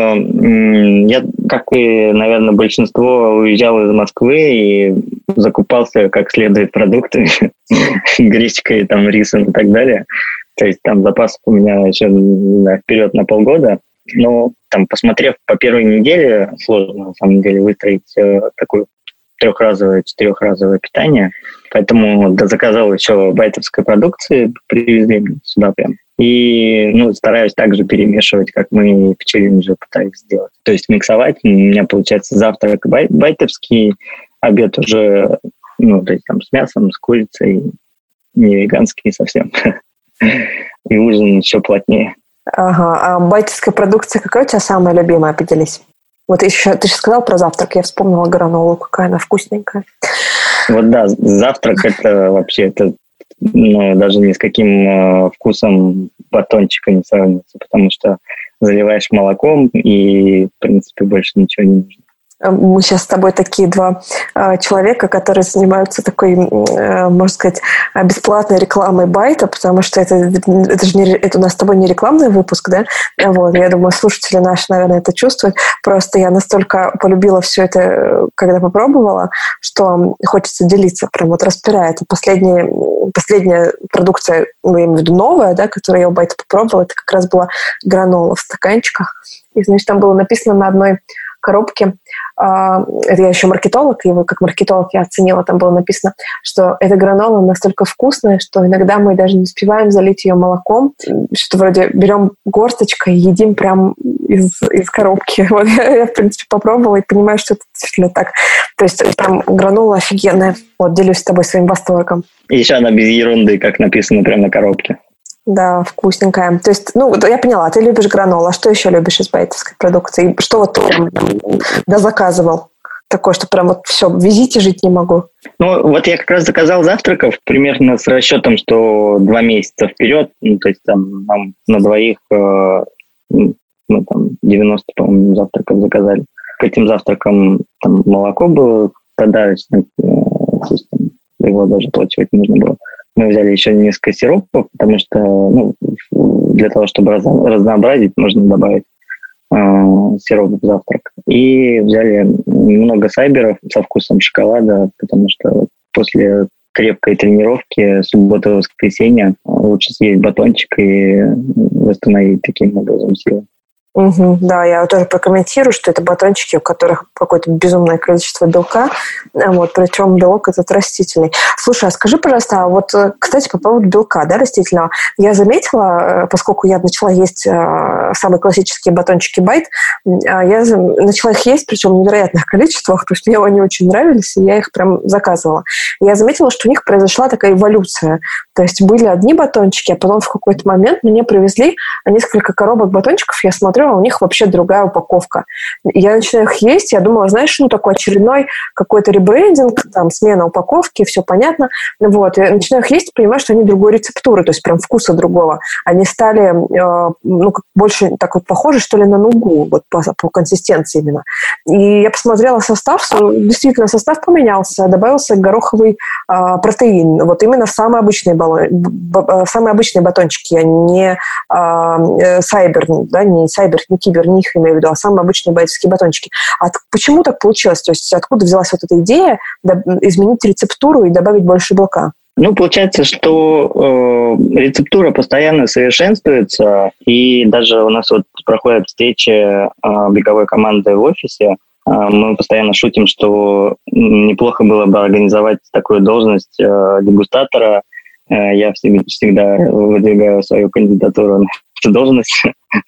питанию, я, как и, наверное, большинство, уезжал из Москвы и закупался как следует продуктами, гречкой, там, рисом и так далее. То есть там запасов у меня еще да, вперед на полгода. Но там, посмотрев по первой неделе, сложно, на самом деле, выстроить э, такое трехразовое, четырехразовое питание. Поэтому да, заказал еще байтовской продукции, привезли сюда прям. И ну, стараюсь также перемешивать, как мы в челлендже пытались сделать. То есть миксовать. У меня получается завтрак бай- байтовский, обед уже ну, то есть, там, с мясом, с курицей, не веганский совсем. И ужин еще плотнее. Ага. А байтовская продукция какая у тебя самая любимая, поделись? Вот еще, ты же сказал про завтрак, я вспомнила гранолу, какая она вкусненькая. Вот да, завтрак это вообще, это ну, даже ни с каким э, вкусом батончика не сравнится, потому что заливаешь молоком и, в принципе, больше ничего не нужно. Мы сейчас с тобой такие два э, человека, которые занимаются такой, э, можно сказать, бесплатной рекламой байта, потому что это, это же не, это у нас с тобой не рекламный выпуск, да? Вот, я думаю, слушатели наши, наверное, это чувствуют. Просто я настолько полюбила все это, когда попробовала, что хочется делиться, прям вот распирая. Это последняя, последняя продукция, ну, я имею в виду новая, да, которую я у байта попробовала, это как раз была гранола в стаканчиках. И, значит, там было написано на одной коробке, это я еще маркетолог, и как маркетолог я оценила, там было написано, что эта гранола настолько вкусная, что иногда мы даже не успеваем залить ее молоком, что вроде берем горсточкой и едим прям из, из коробки. Вот я, я, в принципе, попробовала и понимаю, что это действительно так. То есть там гранола офигенная. Вот, делюсь с тобой своим восторгом. И еще она без ерунды, как написано прямо на коробке. Да, вкусненькая. То есть, ну, я поняла, ты любишь гранолу. А что еще любишь из байтовской продукции? Что вот ты прям да, заказывал? Такое, что прям вот все, везите, жить не могу. Ну, вот я как раз заказал завтраков примерно с расчетом, что два месяца вперед, ну, то есть там нам на двоих э, мы там девяносто, по-моему, завтраков заказали. К этим завтракам там молоко было подарочное, э, то есть там, его даже оплачивать не нужно было. Мы взяли еще несколько сиропов, потому что ну, для того, чтобы разнообразить, можно добавить э, сироп в завтрак. И взяли много сайберов со вкусом шоколада, потому что после крепкой тренировки суббота-воскресенье лучше съесть батончик и восстановить таким образом силы. Угу, да, я тоже прокомментирую, что это батончики, у которых какое-то безумное количество белка, вот, причем белок этот растительный. Слушай, а скажи, пожалуйста, а вот, кстати, по поводу белка, да, растительного, я заметила, поскольку я начала есть э, самые классические батончики Байт, э, я начала их есть, причем в невероятных количествах, потому что мне они очень нравились, и я их прям заказывала. Я заметила, что у них произошла такая эволюция, то есть были одни батончики, а потом в какой-то момент мне привезли несколько коробок батончиков, я смотрю, у них вообще другая упаковка. Я начинаю их есть, я думала, знаешь, ну, такой очередной какой-то ребрендинг, там, смена упаковки, все понятно. Вот, я начинаю их есть, понимаю, что они другой рецептуры, то есть прям вкуса другого. Они стали, э, ну, как больше так вот похожи, что ли, на нугу, вот по, по консистенции именно. И я посмотрела состав, действительно, состав поменялся, добавился гороховый э, протеин, вот именно в самые обычные, баллон, б, самые обычные батончики, а не э, сайбер, да, не сайбер, не кибер, не их имею в виду, а самые обычные байтовские батончики. А почему так получилось? То есть откуда взялась вот эта идея изменить рецептуру и добавить больше белка? Ну, получается, что э, рецептура постоянно совершенствуется, и даже у нас вот проходят встречи э, беговой команды в офисе. Э, мы постоянно шутим, что неплохо было бы организовать такую должность э, дегустатора. Э, я всегда выдвигаю свою кандидатуру на эту должность,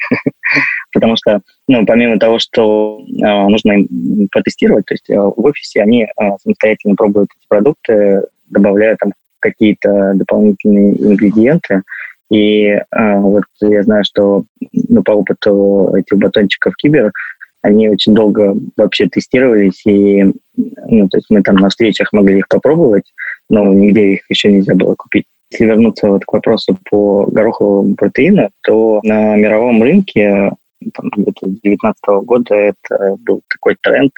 потому что, ну, помимо того, что э, нужно им потестировать, то есть э, в офисе они э, самостоятельно пробуют эти продукты, добавляя там какие-то дополнительные ингредиенты. И э, вот я знаю, что, ну, по опыту этих батончиков Кибер, они очень долго вообще тестировались, и, ну, то есть мы там на встречах могли их попробовать, но нигде их еще нельзя было купить. Если вернуться вот к вопросу по гороховому протеину, то на мировом рынке там, где-то с две тысячи девятнадцатого года это был такой тренд,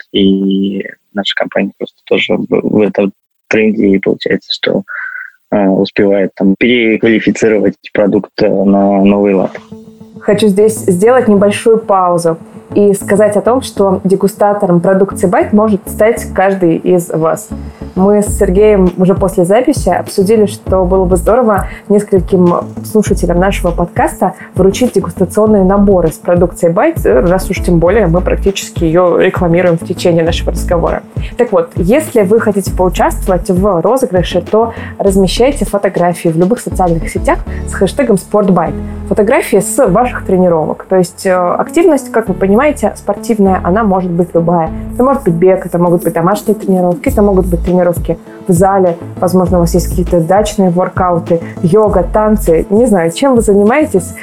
и наша компания просто тоже в этом тренде, и получается, что э, успевает там переквалифицировать продукт на новый лад. Хочу здесь сделать небольшую паузу и сказать о том, что дегустатором продукции Байт может стать каждый из вас. Мы с Сергеем уже после записи обсудили, что было бы здорово нескольким слушателям нашего подкаста вручить дегустационные наборы с продукцией Байт, раз уж тем более мы практически ее рекламируем в течение нашего разговора. Так вот, если вы хотите поучаствовать в розыгрыше, то размещайте фотографии в любых социальных сетях с хэштегом «Спортбайт». Фотографии с ваших тренировок. То есть активность, как вы понимаете, спортивная, она может быть любая. Это может быть бег, это могут быть домашние тренировки, это могут быть тренировки в зале, возможно, у вас есть какие-то дачные воркауты, йога, танцы, не знаю, чем вы занимаетесь,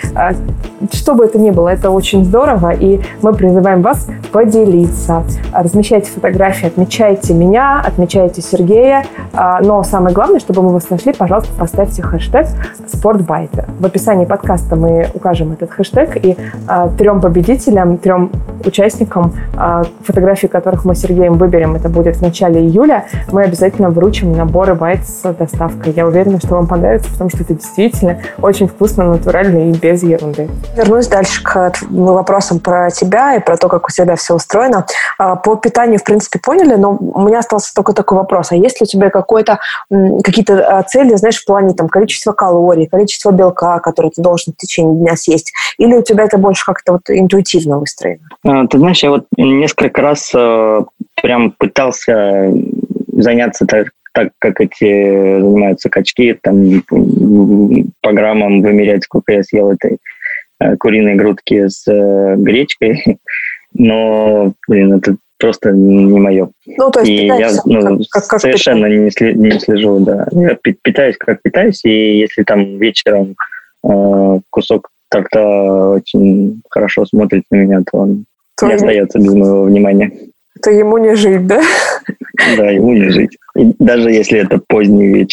что бы это ни было, это очень здорово, и мы призываем вас поделиться. Размещайте фотографии, отмечайте меня, отмечайте Сергея, но самое главное, чтобы мы вас нашли, пожалуйста, поставьте хэштег «Спортбайт». В описании подкаста мы укажем этот хэштег, и трем победителям, трем участникам, фотографии которых мы с Сергеем выберем, это будет в начале июля, мы обязательно вручим наборы Байт с доставкой. Я уверена, что вам понравится, потому что это действительно очень вкусно, натурально и без ерунды. Вернусь дальше к вопросам про тебя и про то, как у тебя все устроено. По питанию, в принципе, поняли, но у меня остался только такой вопрос. А есть ли у тебя какой-то, какие-то цели, знаешь, в плане там, количества калорий, количества белка, которые ты должен в течение дня съесть? Или у тебя это больше как-то вот интуитивно выстроено? Ты знаешь, я вот несколько раз прям пытался заняться так, так, как эти занимаются качки, там по граммам вымерять, сколько я съел этой э, куриной грудки с э, гречкой, но, блин, это просто не мое. Ну, то есть и я ну, как, как совершенно не, слежу, не слежу, да. Я питаюсь, как питаюсь, и если там вечером э, кусок торта очень хорошо смотрит на меня, то он то не остается без моего внимания. То ему не жить, да? Да, ему не жить. И даже если это поздний вечер.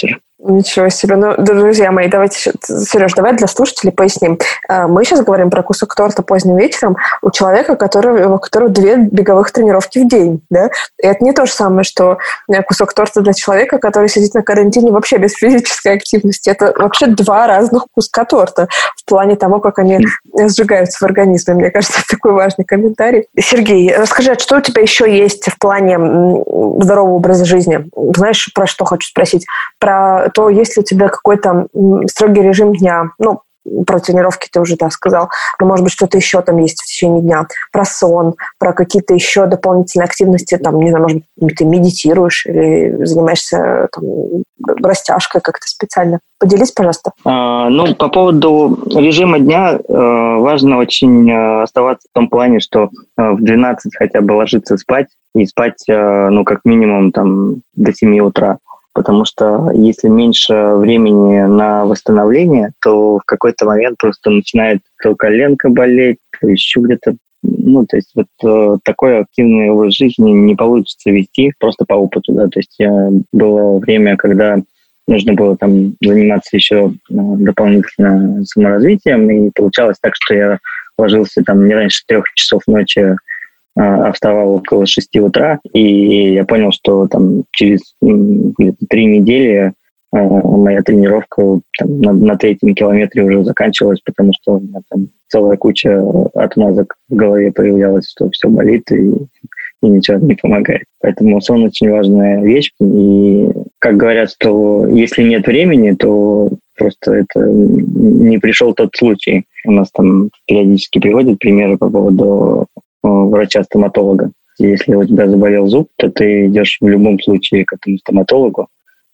Ничего себе. Ну, друзья мои, давайте, Сереж, давай для слушателей поясним. Мы сейчас говорим про кусок торта поздним вечером у человека, который, у которого две беговых тренировки в день. Да? И это не то же самое, что кусок торта для человека, который сидит на карантине вообще без физической активности. Это вообще два разных куска торта в плане того, как они сжигаются в организме. Мне кажется, это такой важный комментарий. Сергей, расскажи, а что у тебя еще есть в плане здорового образа жизни? Знаешь, про что хочу спросить? Про то, есть ли у тебя какой-то строгий режим дня, ну, про тренировки ты уже, да, сказал, но, может быть, что-то еще там есть в течение дня, про сон, про какие-то еще дополнительные активности, там, не знаю, может быть, ты медитируешь или занимаешься там, растяжкой как-то специально. Поделись, пожалуйста. А, ну, по поводу режима дня, важно очень оставаться в том плане, что в двенадцать хотя бы ложиться спать, и спать, ну, как минимум, там, до семи утра. Потому что если меньше времени на восстановление, то в какой-то момент просто начинает то коленка болеть, то еще где-то. Ну, то есть вот э, такой активный образ жизни не получится вести просто по опыту, да. То есть э, было время, когда нужно было там заниматься еще э, дополнительно саморазвитием, и получалось так, что я ложился там не раньше трех часов ночи, а вставал около шести утра, и я понял, что там через где-то три недели э, моя тренировка там, на, на третьем километре уже заканчивалась, потому что у меня там целая куча отмазок в голове появлялась, что все болит и, и ничего не помогает. Поэтому сон очень важная вещь, и как говорят, что если нет времени, то просто это не пришел тот случай. У нас там периодически приводят примеры по поводу врача-стоматолога. Если у тебя заболел зуб, то ты идешь в любом случае к этому стоматологу,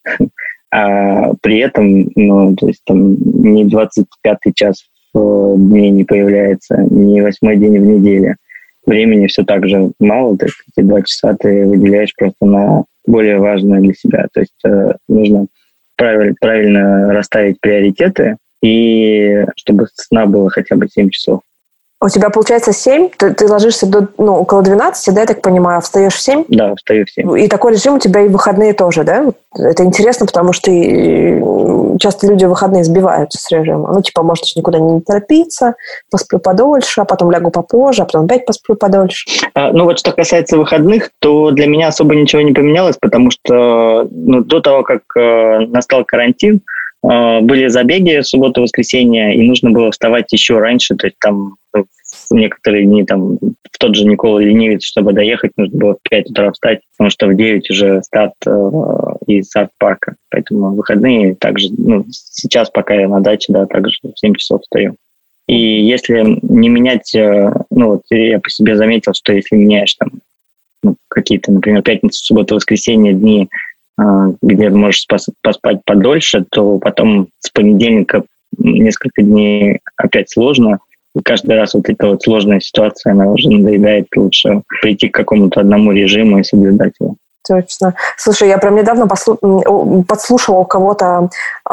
а при этом, ну, то есть там ни двадцать пятый час в дне не появляется, ни восьмой день в неделе. Времени все так же мало, то есть эти два часа ты выделяешь просто на более важное для себя. То есть э, нужно правиль, правильно расставить приоритеты, и чтобы сна было хотя бы семь часов. У тебя получается семь, ты, ты ложишься до, ну, около двенадцати, да, я так понимаю, а встаешь в семь? Да, встаю в семь. И такой режим у тебя и в выходные тоже, да? Это интересно, потому что и часто люди в выходные сбиваются с режима. Ну, типа, может, никуда не торопиться, посплю подольше, а потом лягу попозже, а потом опять посплю подольше. А, ну, вот что касается выходных, то для меня особо ничего не поменялось, потому что ну, до того, как э, настал карантин, э, были забеги в субботу-воскресенье, и нужно было вставать еще раньше, то есть там в некоторые дни там в тот же Никола Ленивец, чтобы доехать, нужно было в пять утра встать, потому что в девять уже старт э, из арт-парка. Поэтому выходные также, ну, сейчас пока я на даче, да, также в семь часов встаю. И если не менять, э, ну, вот я по себе заметил, что если меняешь там ну, какие-то, например, пятница, суббота, воскресенье, дни, э, где можешь спас- поспать подольше, то потом с понедельника несколько дней опять сложно. И каждый раз вот эта вот сложная ситуация, она уже надоедает, лучше прийти к какому-то одному режиму и соблюдать его. Точно. Слушай, я прям недавно послу- подслушала у кого-то э,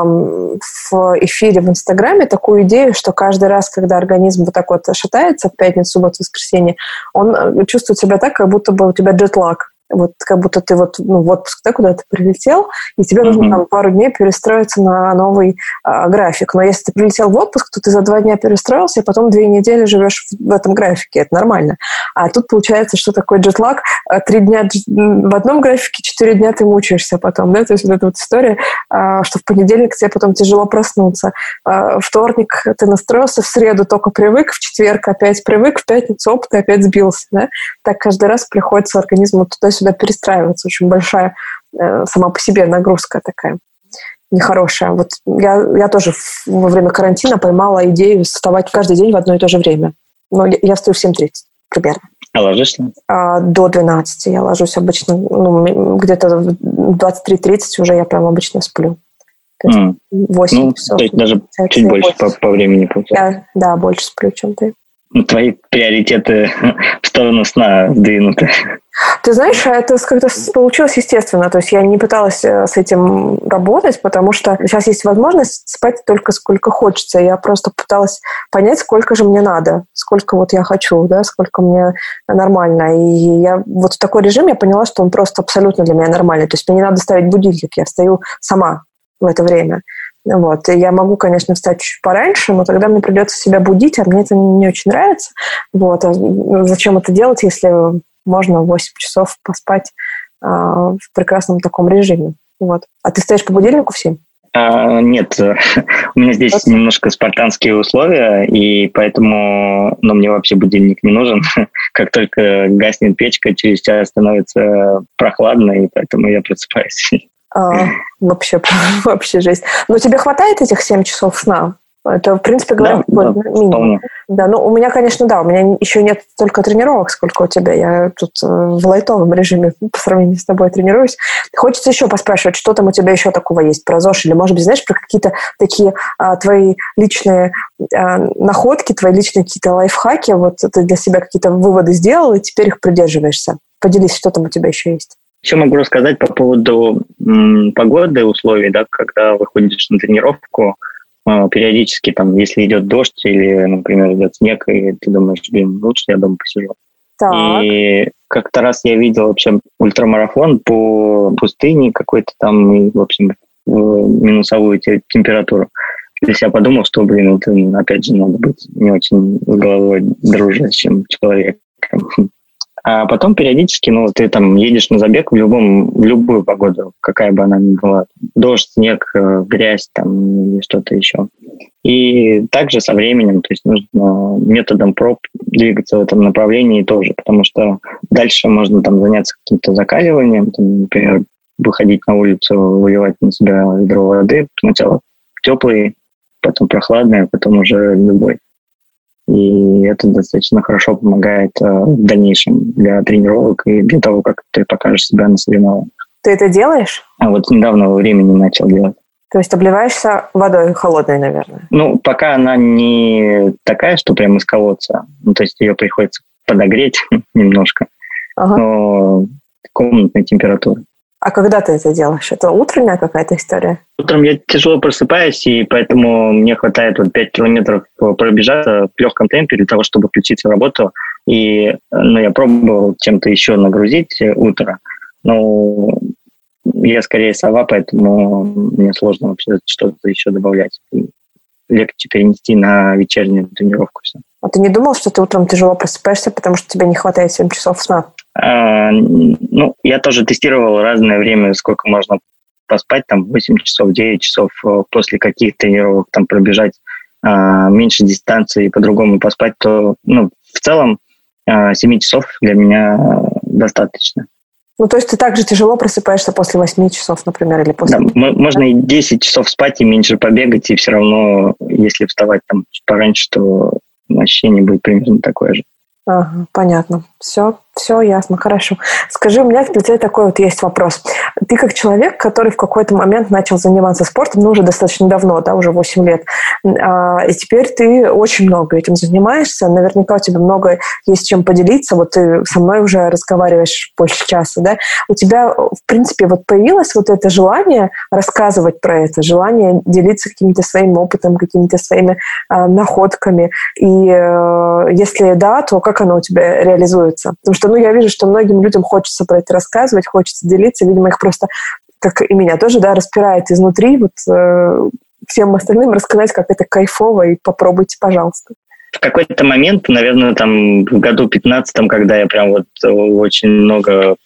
в эфире в Инстаграме такую идею, что каждый раз, когда организм вот так вот шатается в пятницу, субботу, воскресенье, он чувствует себя так, как будто бы у тебя джетлаг. Вот как будто ты вот ну, в отпуск, да, куда-то прилетел, и тебе mm-hmm. нужно там, пару дней перестроиться на новый а, график. Но если ты прилетел в отпуск, то ты за два дня перестроился, и потом две недели живешь в, в этом графике. Это нормально. А тут получается, что такой джетлаг, три дня в одном графике, четыре дня ты мучаешься потом. Да? То есть вот эта вот история, а, что в понедельник тебе потом тяжело проснуться. А, вторник ты настроился, в среду только привык, в четверг опять привык, в пятницу оп, ты опять сбился. Да? Так каждый раз приходится организму туда-сюда перестраиваться. Очень большая э, сама по себе нагрузка такая нехорошая. Вот я, я тоже в, во время карантина поймала идею вставать каждый день в одно и то же время. Но я, я встаю в семь тридцать примерно. А ложишься? А, до двенадцати я ложусь обычно. Ну, где-то в двадцать три тридцать уже я прям обычно сплю. То есть mm. восемь ну, часов. То есть даже чуть больше по, по времени получается. Я, да, больше сплю, чем ты. Твои приоритеты в сторону сна сдвинуты. Ты знаешь, это как-то получилось естественно. То есть я не пыталась с этим работать, потому что сейчас есть возможность спать только сколько хочется. Я просто пыталась понять, сколько же мне надо, сколько вот я хочу, да, сколько мне нормально. И я вот в такой режим я поняла, что он просто абсолютно для меня нормальный. То есть мне не надо ставить будильник, я встаю сама. в это время. Вот. И я могу, конечно, встать чуть пораньше, но тогда мне придется себя будить, а мне это не очень нравится. Вот. А зачем это делать, если можно восемь часов поспать а, в прекрасном таком режиме? Вот. А ты стоишь по будильнику в семь? А, нет, у меня здесь вот. Немножко спартанские условия, и поэтому ну, мне вообще будильник не нужен. Как только гаснет печка, через час становится прохладно, и поэтому я просыпаюсь. А, вообще, вообще жесть. Но тебе хватает этих семь часов сна? Это, в принципе, говоря, да, да, минимум. Да, ну, у меня, конечно, да, у меня еще нет столько тренировок, сколько у тебя. Я тут в лайтовом режиме по сравнению с тобой тренируюсь. Хочется еще поспрашивать, что там у тебя еще такого есть про ЗОЖ? Или, может быть, знаешь, про какие-то такие а, твои личные а, находки, твои личные какие-то лайфхаки, вот ты для себя какие-то выводы сделал, и теперь их придерживаешься. Поделись, что там у тебя еще есть. Еще могу рассказать по поводу м, погоды и условий, да, когда выходишь на тренировку, э, периодически, там, если идет дождь или, например, идет снег, и ты думаешь, блин, лучше я дома посижу. Так. И как-то раз я видел вообще ультрамарафон по пустыне какой-то там, и, в общем, минусовую температуру. Для себя подумал, что, блин, это, опять же, надо быть не очень с головой дружащим человеком. А потом периодически, ну, ты там едешь на забег в любом, в любую погоду, какая бы она ни была. Дождь, снег, грязь там или что-то еще. И также со временем, то есть нужно методом проб двигаться в этом направлении тоже, потому что дальше можно там заняться каким-то закаливанием, там, например, выходить на улицу, выливать на себя ведро воды, сначала теплый, потом прохладный, а потом уже любой. И это достаточно хорошо помогает э, в дальнейшем для тренировок и для того, как ты покажешь себя на соревнованиях. Ты это делаешь? А вот с недавнего времени начал делать. То есть обливаешься водой холодной, наверное? Ну, пока она не такая, что прям из колодца. Ну, то есть ее приходится подогреть немножко, ага. но комнатной температуры. А когда ты это делаешь? Это утренняя какая-то история? Утром я тяжело просыпаюсь, и поэтому мне хватает вот пять километров пробежаться в легком темпе для того, чтобы включиться в работу. И ну, я пробовал чем-то еще нагрузить утро, но я скорее сова, поэтому мне сложно вообще что-то еще добавлять. Легче перенести на вечернюю тренировку все. А ты не думал, что ты утром тяжело просыпаешься, потому что тебе не хватает семь часов сна? А, ну, я тоже тестировал разное время, сколько можно поспать, там восемь часов, девять часов после каких тренировок, там пробежать а, меньше дистанции и по-другому поспать, то, ну, в целом а, семь часов для меня достаточно. Ну, то есть ты также тяжело просыпаешься после восьми часов, например, или после... Да, м- можно и десять часов спать, и меньше побегать, и все равно, если вставать там пораньше, то ощущение будет примерно такое же. Ага, понятно. Все, все ясно, хорошо. Скажи, у меня для тебя такой вот есть вопрос. Ты как человек, который в какой-то момент начал заниматься спортом, ну, уже достаточно давно, да, уже восемь лет, а, и теперь ты очень много этим занимаешься, наверняка у тебя много есть чем поделиться, вот ты со мной уже разговариваешь больше часа, да, у тебя, в принципе, вот появилось вот это желание рассказывать про это, желание делиться каким-то своим опытом, какими-то своими а, находками, и а, если да, то как оно у тебя реализуется? Потому что, ну, я вижу, что многим людям хочется про это рассказывать, хочется делиться, видимо, их просто, как и меня тоже, да, распирает изнутри, вот э, всем остальным рассказать, как это кайфово, и попробуйте, пожалуйста. В какой-то момент, наверное, там в году пятнадцатом, когда я прям вот очень много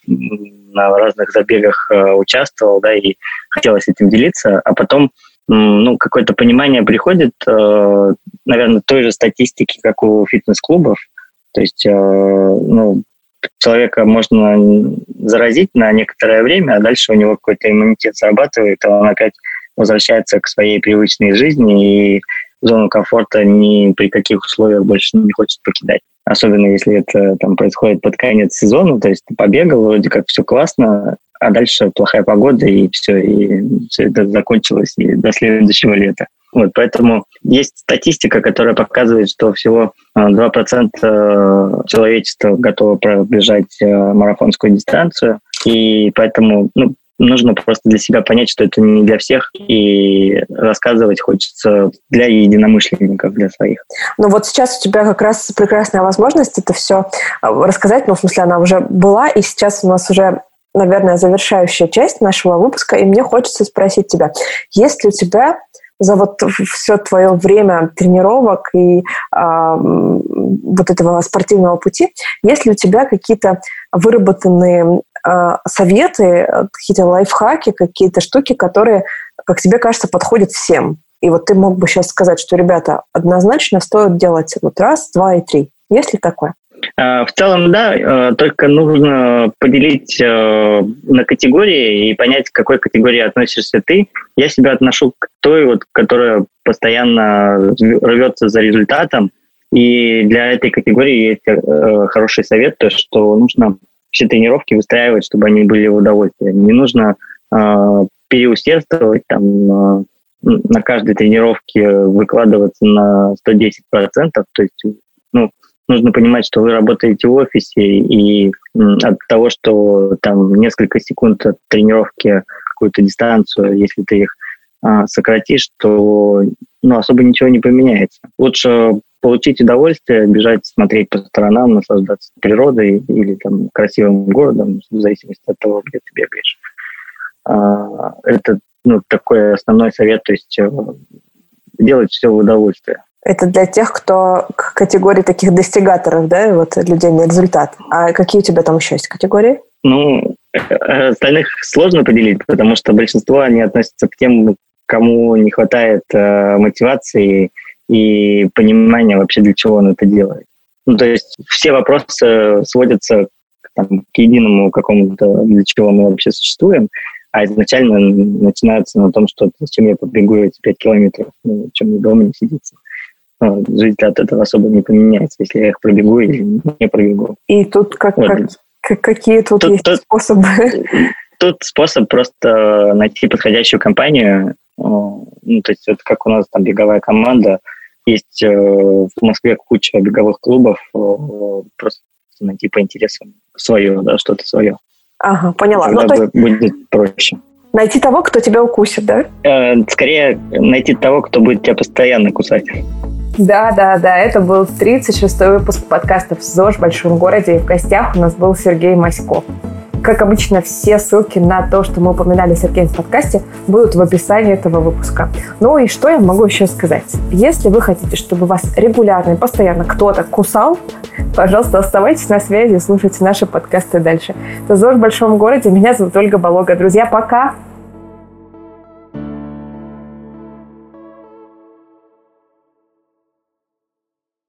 на разных забегах э, участвовал, да, и хотелось этим делиться, а потом, ну, какое-то понимание приходит, э, наверное, той же статистики, как у фитнес-клубов. То есть, э, ну, человека можно заразить на некоторое время, а дальше у него какой-то иммунитет срабатывает, а он опять возвращается к своей привычной жизни и зону комфорта ни при каких условиях больше не хочет покидать. Особенно если это там происходит под конец сезона, то есть ты побегал, вроде как все классно, а дальше плохая погода, и все, и все это закончилось и до следующего лета. Вот, поэтому есть статистика, которая показывает, что всего два процента человечества готово пробежать марафонскую дистанцию, и поэтому, ну, нужно просто для себя понять, что это не для всех, и рассказывать хочется для единомышленников, для своих. Ну вот сейчас у тебя как раз прекрасная возможность это все рассказать, ну, в смысле, она уже была, и сейчас у нас уже наверное, завершающая часть нашего выпуска, и мне хочется спросить тебя, есть ли у тебя за вот все твое время тренировок и а, вот этого спортивного пути, есть ли у тебя какие-то выработанные а, советы, какие-то лайфхаки, какие-то штуки, которые, как тебе кажется, подходят всем? И вот ты мог бы сейчас сказать, что, ребята, однозначно стоит делать вот раз, два и три. Есть ли такое? В целом, да, только нужно поделить на категории и понять, к какой категории относишься ты. Я себя отношу к той, вот, которая постоянно рвется за результатом. И для этой категории есть хороший совет, то, что нужно все тренировки выстраивать, чтобы они были в удовольствие. Не нужно переусердствовать, там, на каждой тренировке выкладываться на сто десять процентов. То есть, ну, нужно понимать, что вы работаете в офисе, и от того, что там несколько секунд от тренировки какую-то дистанцию, если ты их а, сократишь, то ну, особо ничего не поменяется. Лучше получить удовольствие, бежать, смотреть по сторонам, наслаждаться природой или там красивым городом, в зависимости от того, где ты бегаешь. А, это ну, такой основной совет, то есть делать все в удовольствие. Это для тех, кто к категории таких достигаторов, да, вот людей на результат. А какие у тебя там еще есть категории? Ну, остальных сложно поделить, потому что большинство, они относятся к тем, кому не хватает э, мотивации и понимания вообще, для чего он это делает. Ну, то есть все вопросы сводятся там, к единому какому-то, для чего мы вообще существуем, а изначально начинаются на том, что зачем я побегу эти пять километров, ну, чем мне дома не сидится. Ну, жизнь от этого особо не поменяется, если я их пробегу или не пробегу. И тут как, вот. как, как, какие тут, тут есть тут, способы? Тут способ просто найти подходящую компанию. Ну, то есть это как у нас там беговая команда. Есть в Москве куча беговых клубов. Просто найти по интересам свое, да, что-то свое. Ага, поняла. Тогда ну, то есть... будет проще. Найти того, кто тебя укусит, да? Скорее, найти того, кто будет тебя постоянно кусать. Да, да, да, это был тридцать шестой выпуск подкаста «ЗОЖ в большом городе», и в гостях у нас был Сергей Маськов. Как обычно, все ссылки на то, что мы упоминали Сергея в подкасте, будут в описании этого выпуска. Ну и что я могу еще сказать? Если вы хотите, чтобы вас регулярно и постоянно кто-то кусал, пожалуйста, оставайтесь на связи и слушайте наши подкасты дальше. Это «ЗОЖ в большом городе». Меня зовут Ольга Болога. Друзья, пока!